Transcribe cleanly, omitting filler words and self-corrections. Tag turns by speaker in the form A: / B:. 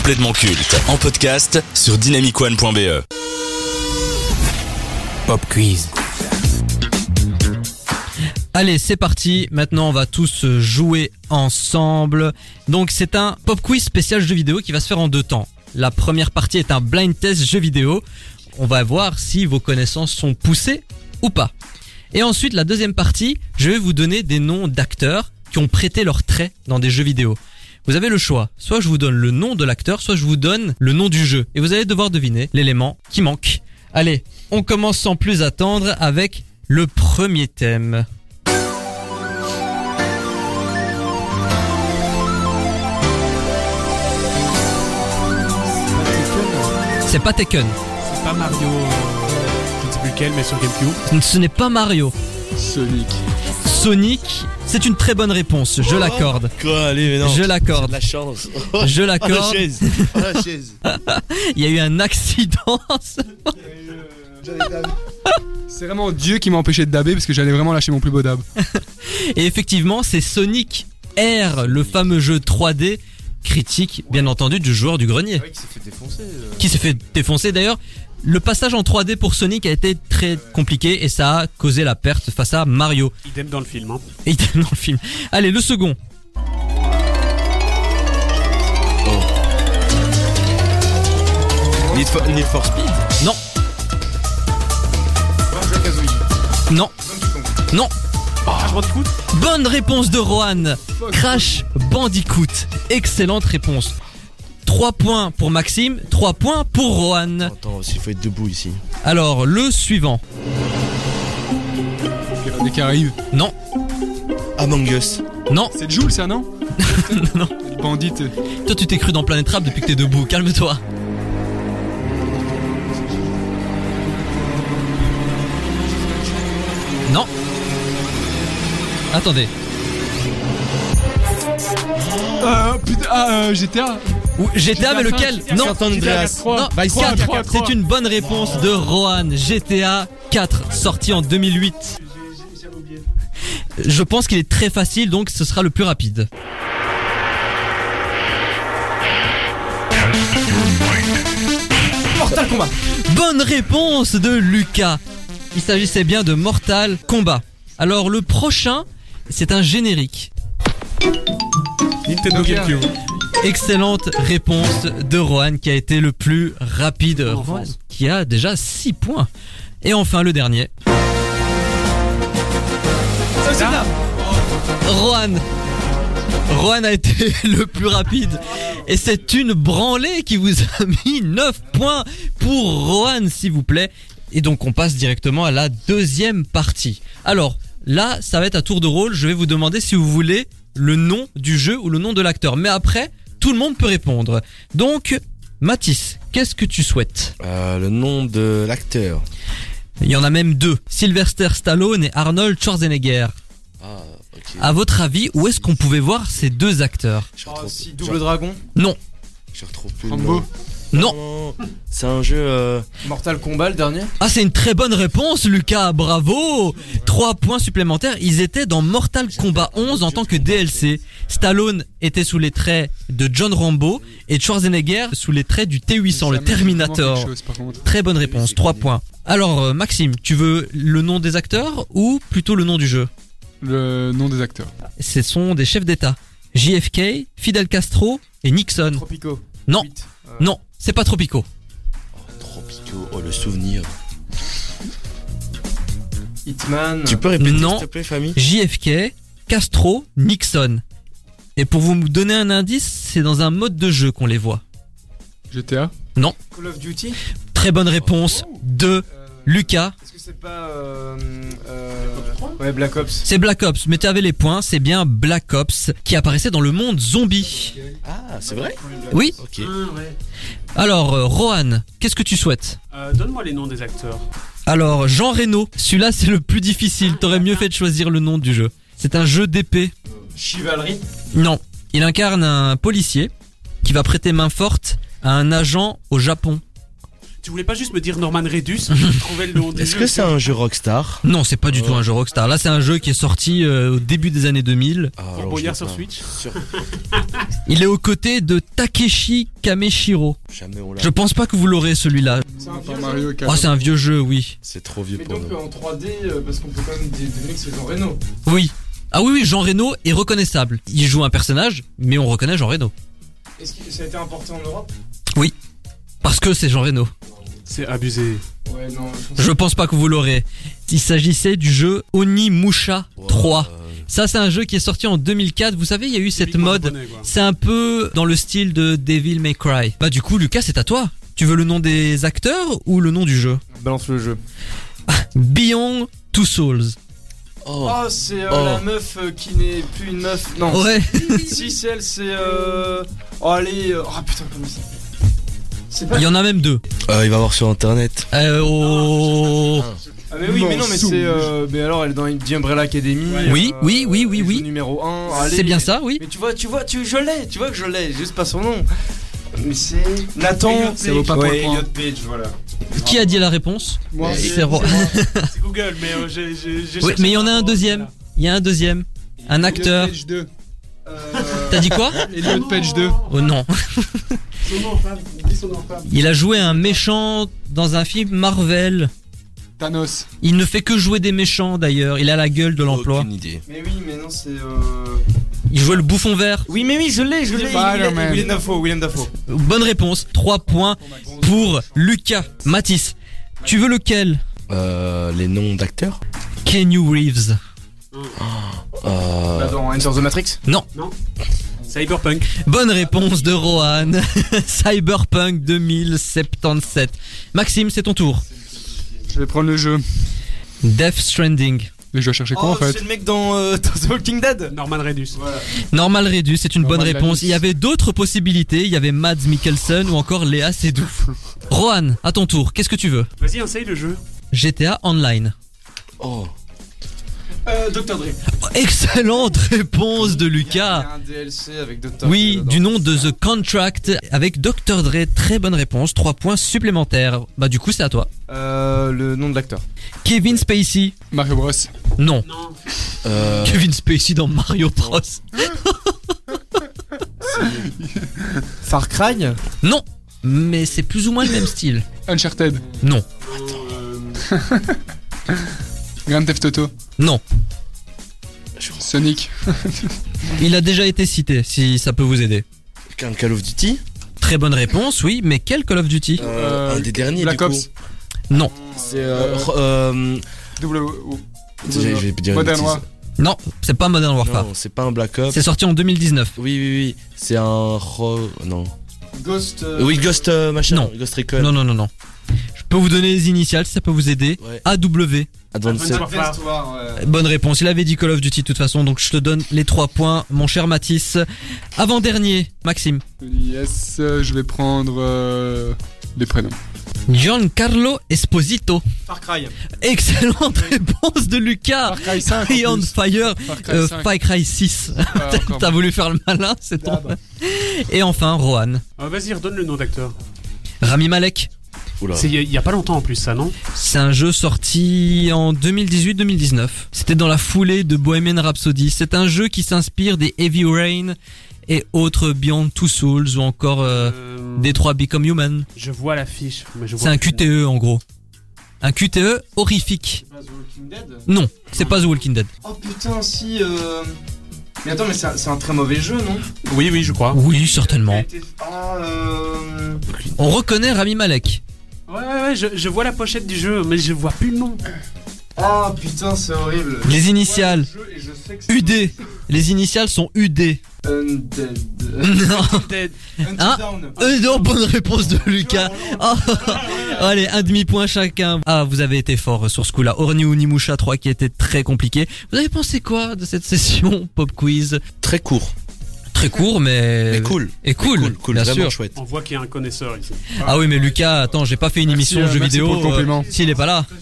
A: complètement culte en podcast sur dynamicone.be.
B: Pop quiz.
C: Allez, c'est parti. Maintenant, on va tous jouer ensemble. Donc, c'est un pop quiz spécial jeu vidéo qui va se faire en deux temps. La première partie est un blind test jeu vidéo. On va voir si vos connaissances sont poussées ou pas. Et ensuite, la deuxième partie, je vais vous donner des noms d'acteurs qui ont prêté leurs traits dans des jeux vidéo. Vous avez le choix. Soit je vous donne le nom de l'acteur, soit je vous donne le nom du jeu. Et vous allez devoir deviner l'élément qui manque. Allez, on commence sans plus attendre avec le premier thème. C'est pas Tekken.
D: C'est pas Mario, je ne sais plus lequel, mais sur GameCube.
C: Ce n'est pas Mario. Sonic, c'est une très bonne réponse, je l'accorde.
B: Quoi, allez, mais non.
C: Je l'accorde.
B: La chance.
C: Je l'accorde.
B: La chaise.
C: Il y a eu un accident.
D: C'est vraiment Dieu qui m'a empêché de dabber parce que j'allais vraiment lâcher mon plus beau dab.
C: Et effectivement, c'est Sonic R, le fameux jeu 3D critique, bien entendu, du joueur du grenier.
B: Qui s'est fait défoncer.
C: Qui s'est fait défoncer d'ailleurs. Le passage en 3D pour Sonic a été très compliqué et ça a causé la perte face à Mario.
D: Idem dans le film. Hein.
C: Et idem dans le film. Allez, le second.
B: Need for Speed.
C: Non. Non. Non.
D: Crash Bandicoot.
C: Bonne réponse de Rohan. Crash Bandicoot. Excellente réponse. 3 points pour Maxime, 3 points pour Rohan.
B: Attends, il faut être debout ici.
C: Alors, le suivant.
D: Pirates des Caraïbes.
C: Non.
B: Among Us.
C: Non.
D: C'est Jules, ça, non?
C: Non.
D: Bandit.
C: Toi, tu t'es cru dans Planet Rap depuis que t'es debout. Calme-toi. Non. Attendez.
D: Putain, GTA.
C: Ou GTA, mais lequel? Non.
B: San Andreas.
C: Non,
B: Vice
C: 4,
B: City.
C: c'est une bonne réponse de Rohan. GTA 4, sorti en 2008. Je pense qu'il est très facile, donc ce sera le plus rapide.
D: Mortal Kombat.
C: Bonne réponse de Lucas. Il s'agissait bien de Mortal Kombat. Alors le prochain, c'est un générique.
D: Nintendo GameCube.
C: Excellente réponse de Rohan qui a été le plus rapide. Rohan qui a déjà 6 points. Et enfin le dernier. Rohan a été le plus rapide. Et c'est une branlée qui vous a mis 9 points pour Rohan, s'il vous plaît. Et donc on passe directement à la deuxième partie. Alors là, ça va être à tour de rôle. Je vais vous demander si vous voulez le nom du jeu ou le nom de l'acteur. Mais après, tout le monde peut répondre. Donc, Mathis, qu'est-ce que tu souhaites?
B: Le nom de l'acteur.
C: Il y en a même 2. Sylvester Stallone et Arnold Schwarzenegger.
B: Ah, ok.
C: À votre avis, où est-ce qu'on pouvait voir ces deux acteurs?
D: Double Dragon.
C: Non.
B: Je retrouve plus le
D: Rambo.
B: nom.
C: Non.
B: C'est un jeu.
E: Mortal Kombat, le dernier.
C: Ah, c'est une très bonne réponse, Lucas. Bravo. 3 points supplémentaires. Ils étaient dans Mortal Kombat 11 en tant que DLC. Stallone était sous les traits de John Rambo et Schwarzenegger sous les traits du T-800, le Terminator. Très bonne réponse. 3 points. Alors, Maxime, tu veux le nom des acteurs ou plutôt le nom du jeu?
D: Le nom des acteurs.
C: Ce sont des chefs d'État. JFK, Fidel Castro et Nixon.
E: Tropico.
C: Non. Non, c'est pas Tropico.
B: Tropico, oh le souvenir.
E: Hitman.
B: Tu peux répéter
C: Non.
B: s'il te plaît, famille?
C: JFK, Castro, Nixon. Et pour vous donner un indice, c'est dans un mode de jeu qu'on les voit.
D: GTA.
C: Non.
E: Call of Duty.
C: Très bonne réponse de Lucas.
E: Est-ce que c'est pas ouais, Black Ops.
C: C'est Black Ops, mais tu avais les points, c'est bien Black Ops qui apparaissait dans le monde zombie.
B: Ah, c'est vrai?
C: Oui.
B: Ok.
C: Alors, Rohan, qu'est-ce que tu souhaites?
D: Donne-moi les noms des acteurs.
C: Alors, Jean Reno, celui-là c'est le plus difficile, t'aurais mieux fait de choisir le nom du jeu. C'est un jeu d'épée.
E: Chivalry.
C: Non, il incarne un policier qui va prêter main forte à un agent au Japon.
F: Tu voulais pas juste me dire Norman Reedus, je trouvais le nom du
B: Est-ce
F: jeu.
B: que c'est un jeu Rockstar?
C: Non, c'est pas du tout un jeu Rockstar. Là, c'est un jeu qui est sorti au début des années 2000.
B: Ah,
F: Pour
B: alors,
F: Boyard
B: je sais
F: sur
B: pas.
F: Switch.
C: Il est aux côtés de Takeshi Kameshiro.
B: Jamais on l'a.
C: Je pense pas que vous l'aurez celui-là.
E: C'est un vieux Mario
C: Oh, c'est un vieux jeu, oui.
B: C'est trop vieux
E: Mais
B: pour
E: donc
B: nous.
E: en 3D, parce qu'on peut quand même deviner que c'est Jean Reno.
C: Oui. Ah oui, Jean Reno est reconnaissable. Il joue un personnage, mais on reconnaît Jean Reno.
E: Est-ce que ça a été importé en Europe?
C: Parce que c'est Jean Reno.
F: C'est abusé.
E: Ouais, non.
C: Je pense pas que vous l'aurez. Il s'agissait du jeu Onimusha 3. Ça, c'est un jeu qui est sorti en 2004. Vous savez, il y a eu cette
F: Typiquement
C: mode.
F: japonais, quoi.
C: C'est un peu dans le style de Devil May Cry. Bah du coup, Lucas, c'est à toi. Tu veux le nom des acteurs ou le nom du jeu?
E: Balance le jeu.
C: Beyond Two Souls.
B: Oh,
E: Oh, c'est
B: Oh.
E: la meuf qui n'est plus une meuf. Non.
C: Ouais.
E: Si, c'est elle, c'est. Oh, allez. Oh putain, comment ça s'appelle? C'est pas.
C: Il y en a même deux.
B: il va voir sur internet.
C: Oh.
E: Ah, mais oui, mais non, mais c'est. Mais alors, elle est dans The Umbrella Academy.
C: Oui, oui, oui, oui,
E: elle joue
C: oui.
E: Numéro 1. Allez.
C: C'est bien ça, oui.
E: Mais tu vois, je l'ai. Tu vois que je l'ai. Juste pas son nom. Mais c'est. Nathan.
D: Ça vaut pas pour le
E: Ouais,
D: point.
E: Elliot Page, voilà.
C: Qui a dit la réponse?
E: Moi,
C: C'est Ro-
F: C'est Google, mais j'ai
C: Oui,
F: cherché
C: mais il y en a
F: par
C: un
F: rapport à
C: deuxième.
F: celui-là.
C: Il y a un deuxième. Un acteur.
D: Page 2.
C: T'as dit quoi?
D: Elliot Page 2.
C: Oh non.
F: Son nom en femme, dis son nom en femme.
C: Il a joué un méchant dans un film Marvel.
D: Thanos.
C: Il ne fait que jouer des méchants d'ailleurs. Il a la gueule de l'emploi.
B: Aucune idée.
E: Mais oui, mais non, c'est.
C: Il jouait le bouffon vert.
E: Oui, mais oui, je l'ai.
D: Spider-Man.
E: William Dafoe.
C: Bonne réponse. 3 points pour Lucas. Mathis, tu veux lequel?
B: Les noms d'acteurs?
C: Keanu Reeves.
E: Bah, dans Enter the Matrix.
F: Cyberpunk.
C: Bonne réponse de Rohan. Cyberpunk 2077. Maxime, c'est ton tour.
D: Je vais prendre le jeu.
C: Death Stranding.
D: Mais je dois chercher quoi en fait?
E: C'est le mec dans The Walking Dead.
F: Norman Reedus.
C: Normal Redu, c'est une bonne
D: Normal
C: réponse.
D: Reedus.
C: Il y avait d'autres possibilités. Il y avait Mads Mikkelsen ou encore Léa Seydoux. Rohan, à ton tour. Qu'est-ce que tu veux?
F: Vas-y, essaye le jeu.
C: GTA Online.
B: Oh.
E: Dr. Dre.
C: Excellente réponse de Lucas.
E: Il y a un DLC avec Dr.
C: Oui,
E: Dre dedans.
C: du nom de The Contract avec Dr. Dre. Très bonne réponse. 3 points supplémentaires. Bah du coup, c'est à toi.
E: Le nom de l'acteur.
C: Kevin Spacey.
D: Mario Bros.
C: Non.
F: Non.
C: Kevin Spacey dans Mario Bros.
E: Far Cry.
C: Non. Mais c'est plus ou moins le même style.
D: Uncharted.
C: Non.
D: Grand Theft Auto.
C: Non.
D: Sonic.
C: Il a déjà été cité, si ça peut vous aider.
B: Un Call of Duty?
C: Très bonne réponse, oui. Mais quel Call of Duty?
B: Un des derniers
D: Black
B: du coup.
D: Ops.
C: Non.
B: C'est
D: Je
B: vais dire une
D: Modern
B: bêtise.
D: War.
C: Non, c'est pas Modern Warfare.
B: Non, c'est pas un Black Ops.
C: C'est sorti en 2019.
B: Oui. C'est un non.
E: Ghost.
B: Oui, Ghost machin.
C: Non.
B: Ghost Recon.
C: Non. Je peux vous donner les initiales si ça peut vous aider.
B: Ouais.
C: AW.
B: Advanced.
E: Advanced War, ouais.
C: Bonne réponse. Il avait dit Call of Duty de toute façon, donc je te donne les 3 points, mon cher Mathis. Avant-dernier, Maxime.
D: Yes, je vais prendre les prénoms.
C: Giancarlo Esposito.
E: Far Cry.
C: Excellente réponse de Lucas.
D: Far Cry 5.
C: Et on fire.
D: Far Cry 5.
C: Far Cry 6.
D: Ah, encore.
C: T'as voulu faire le malin, c'est ton. Et enfin, Rohan.
F: Vas-y, redonne le nom d'acteur.
C: Rami Malek.
B: Oula.
F: C'est il y a pas longtemps en plus, ça, non?
C: C'est un jeu sorti en 2018-2019. C'était dans la foulée de Bohemian Rhapsody. C'est un jeu qui s'inspire des Heavy Rain et autres Beyond Two Souls ou encore Detroit Become Human.
F: Je vois l'affiche, mais je vois.
C: C'est un
F: plus.
C: QTE en gros. Un QTE horrifique.
E: C'est pas The Walking Dead.
C: Non, c'est pas The Walking Dead.
E: Oh putain, si. Mais attends, mais c'est un très mauvais jeu, non?
F: Oui, je crois.
C: Oui, certainement.
E: Ah,
C: On reconnaît Rami Malek.
F: Ouais, je vois la pochette du jeu, mais je vois plus le nom.
E: Ah putain, c'est horrible.
C: Les initiales.
E: Je vois le jeu et je sais que c'est
C: UD. Les initiales sont UD.
E: Undead.
C: Non.
F: Dead.
E: Until
C: Hein
E: Dawn.
C: Non, bonne réponse de Lucas. Oh. Allez, un demi-point chacun. Ah, vous avez été fort sur ce coup-là. Onimusha 3 qui était très compliqué. Vous avez pensé quoi de cette session pop quiz?
B: Très court.
C: Très court, mais
B: cool.
C: Et cool, bien
B: vraiment
C: sûr.
B: chouette.
F: On voit qu'il y a un connaisseur ici.
C: Ah oui, mais Lucas, attends, j'ai pas fait une
D: Merci,
C: émission jeux
D: merci
C: vidéo
D: pour le compliment.
C: s'il est pas là.